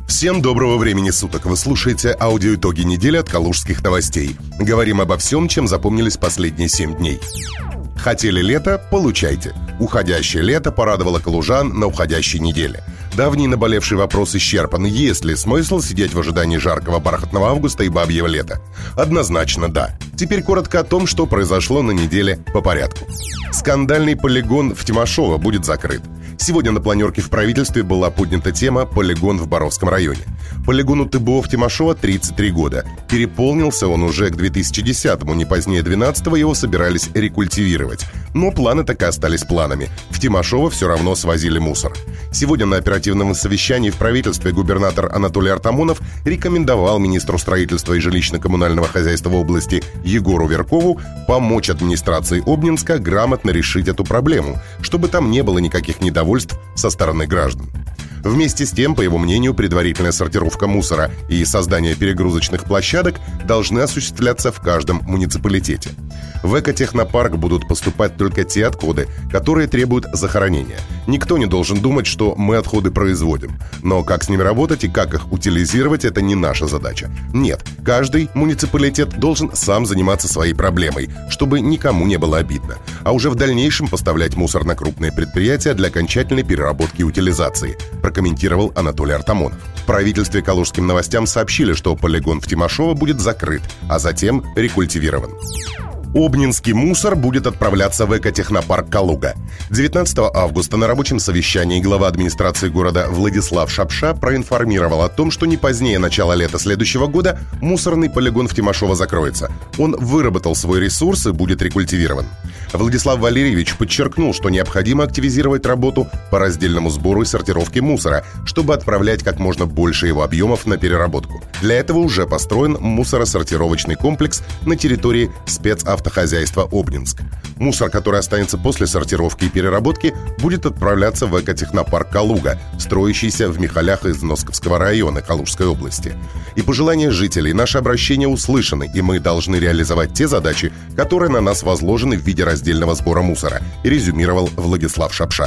Всем доброго времени суток. Вы слушаете аудиоитоги недели от Калужских новостей. Говорим обо всем, чем запомнились последние 7 дней. Хотели лето – получайте. Уходящее лето порадовало калужан на уходящей неделе. Давний наболевший вопрос исчерпан. Есть ли смысл сидеть в ожидании жаркого бархатного августа и бабьего лета? Однозначно да. Теперь коротко о том, что произошло на неделе по порядку. Скандальный полигон в Тимошово будет закрыт. Сегодня на планерке в правительстве была поднята тема «Полигон в Боровском районе». Полигону ТБО в Тимошово 33 года. Переполнился он уже к 2010-му, не позднее 12-го его собирались рекультивировать. Но планы так и остались планами. В Тимошово все равно свозили мусор. Сегодня на оперативном совещании в правительстве губернатор Анатолий Артамонов рекомендовал министру строительства и жилищно-коммунального хозяйства области Егору Веркову помочь администрации Обнинска грамотно решить эту проблему, чтобы там не было никаких недовольств со стороны граждан. Вместе с тем, по его мнению, предварительная сортировка мусора и создание перегрузочных площадок должны осуществляться в каждом муниципалитете. В экотехнопарк будут поступать только те отходы, которые требуют захоронения. Никто не должен думать, что мы отходы производим. Но как с ними работать и как их утилизировать – это не наша задача. Нет, каждый муниципалитет должен сам заниматься своей проблемой, чтобы никому не было обидно. А уже в дальнейшем поставлять мусор на крупные предприятия для окончательной переработки и утилизации, прокомментировал Анатолий Артамонов. В правительстве Калужским новостям сообщили, что полигон в Тимошово будет закрыт, а затем рекультивирован. Обнинский мусор будет отправляться в экотехнопарк «Калуга». 19 августа на рабочем совещании глава администрации города Владислав Шапша проинформировал о том, что не позднее начала лета следующего года мусорный полигон в Тимошово закроется. Он выработал свой ресурс и будет рекультивирован. Владислав Валерьевич подчеркнул, что необходимо активизировать работу по раздельному сбору и сортировке мусора, чтобы отправлять как можно больше его объемов на переработку. Для этого уже построен мусоросортировочный комплекс на территории спецавтохозяйства Обнинск. Мусор, который останется после сортировки и переработки, будет отправляться в экотехнопарк «Калуга», строящийся в Михалях из Носковского района Калужской области. И пожелания жителей, наши обращения услышаны, и мы должны реализовать те задачи, которые на нас возложены в виде раздельного сбора мусора, резюмировал Владислав Шапша.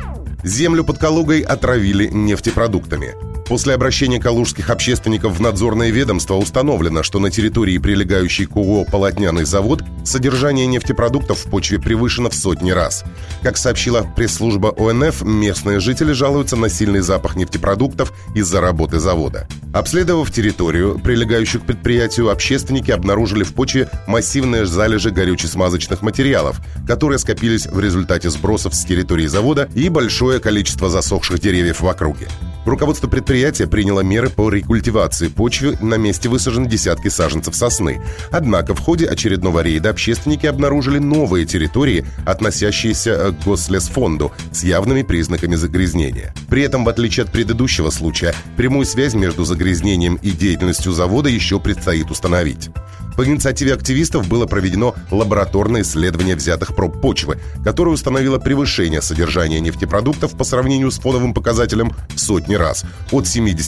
Землю под Калугой отравили нефтепродуктами. После обращения калужских общественников в надзорное ведомство установлено, что на территории, прилегающей к ООО «Полотняный завод», содержание нефтепродуктов в почве превышено в сотни раз. Как сообщила пресс-служба ОНФ, местные жители жалуются на сильный запах нефтепродуктов из-за работы завода. Обследовав территорию, прилегающую к предприятию, общественники обнаружили в почве массивные залежи горюче-смазочных материалов, которые скопились в результате сбросов с территории завода, и большое количество засохших деревьев в округе. Руководство предприятия приняло меры по рекультивации почвы, на месте высажены десятки саженцев сосны. Однако в ходе очередного рейда общественники обнаружили новые территории, относящиеся к Гослесфонду, с явными признаками загрязнения. При этом, в отличие от предыдущего случая, прямую связь между загрязнением и деятельностью завода еще предстоит установить. По инициативе активистов было проведено лабораторное исследование взятых проб почвы, которое установило превышение содержания нефтепродуктов по сравнению с фоновым показателем в сотни раз, от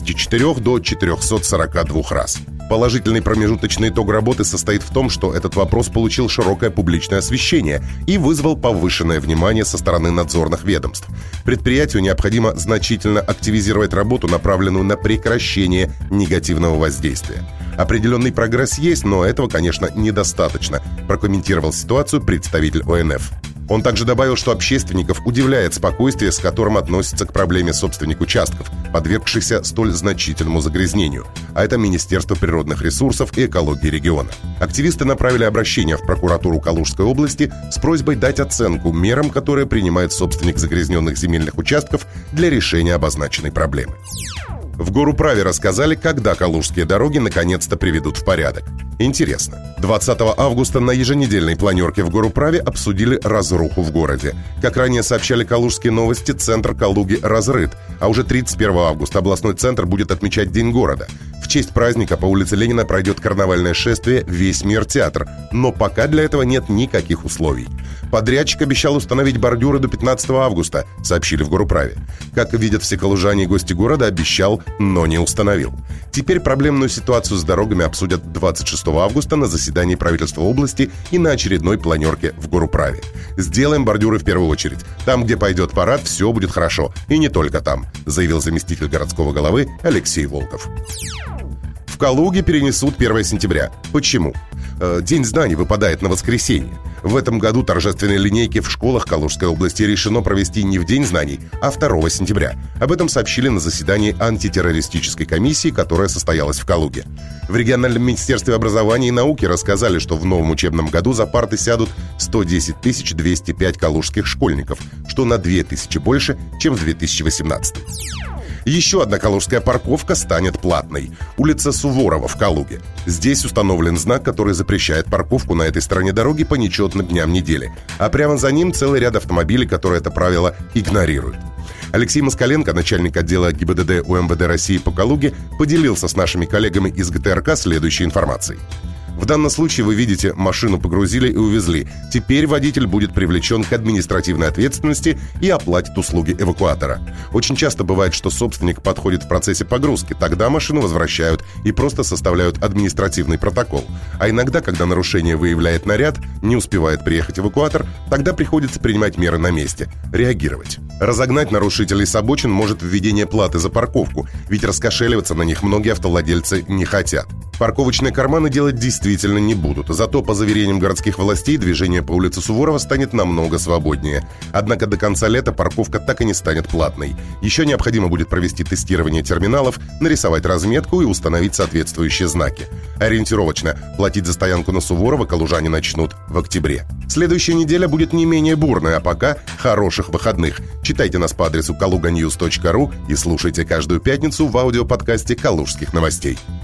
74 до 442 раз. Положительный промежуточный итог работы состоит в том, что этот вопрос получил широкое публичное освещение и вызвал повышенное внимание со стороны надзорных ведомств. Предприятию необходимо значительно активизировать работу, направленную на прекращение негативного воздействия. Определенный прогресс есть, но этого, конечно, недостаточно, прокомментировал ситуацию представитель ОНФ. Он также добавил, что общественников удивляет спокойствие, с которым относится к проблеме собственник участков, подвергшихся столь значительному загрязнению, а это Министерство природных ресурсов и экологии региона. Активисты направили обращение в прокуратуру Калужской области с просьбой дать оценку мерам, которые принимает собственник загрязненных земельных участков для решения обозначенной проблемы. В Горуправе рассказали, когда калужские дороги наконец-то приведут в порядок. Интересно. 20 августа на еженедельной планерке в Горуправе обсудили разруху в городе. Как ранее сообщали Калужские новости, центр Калуги разрыт, а уже 31 августа областной центр будет отмечать День города. В честь праздника по улице Ленина пройдет карнавальное шествие «Весь мир театр», но пока для этого нет никаких условий. Подрядчик обещал установить бордюры до 15 августа, сообщили в Горуправе. Как видят все калужане и гости города, обещал, но не установил. Теперь проблемную ситуацию с дорогами обсудят 26 августа на заседании правительства области и на очередной планерке в Горуправе. Сделаем бордюры в первую очередь. Там, где пойдет парад, все будет хорошо. И не только там, заявил заместитель городского головы Алексей Волков. В Калуге перенесут 1 сентября. Почему? День знаний выпадает на воскресенье. В этом году торжественные линейки в школах Калужской области решено провести не в День знаний, а 2 сентября. Об этом сообщили на заседании антитеррористической комиссии, которая состоялась в Калуге. В региональном министерстве образования и науки рассказали, что в новом учебном году за парты сядут 110 205 калужских школьников, что на 2000 больше, чем в 2018. Еще одна калужская парковка станет платной. Улица Суворова в Калуге. Здесь установлен знак, который запрещает парковку на этой стороне дороги по нечетным дням недели. А прямо за ним целый ряд автомобилей, которые это правило игнорируют. Алексей Москаленко, начальник отдела ГИБДД УМВД России по Калуге, поделился с нашими коллегами из ГТРК следующей информацией. В данном случае вы видите, машину погрузили и увезли. Теперь водитель будет привлечен к административной ответственности и оплатит услуги эвакуатора. Очень часто бывает, что собственник подходит в процессе погрузки. Тогда машину возвращают и просто составляют административный протокол. А иногда, когда нарушение выявляет наряд, не успевает приехать эвакуатор, тогда приходится принимать меры на месте, реагировать. Разогнать нарушителей с обочин может введение платы за парковку, ведь раскошеливаться на них многие автовладельцы не хотят. Парковочные карманы делать действительно не будут, зато, по заверениям городских властей, движение по улице Суворова станет намного свободнее. Однако до конца лета парковка так и не станет платной. Еще необходимо будет провести тестирование терминалов, нарисовать разметку и установить соответствующие знаки. Ориентировочно платить за стоянку на Суворова калужане начнут в октябре. Следующая неделя будет не менее бурная, а пока хороших выходных. Читайте нас по адресу kaluganews.ru и слушайте каждую пятницу в аудиоподкасте «Калужских новостей».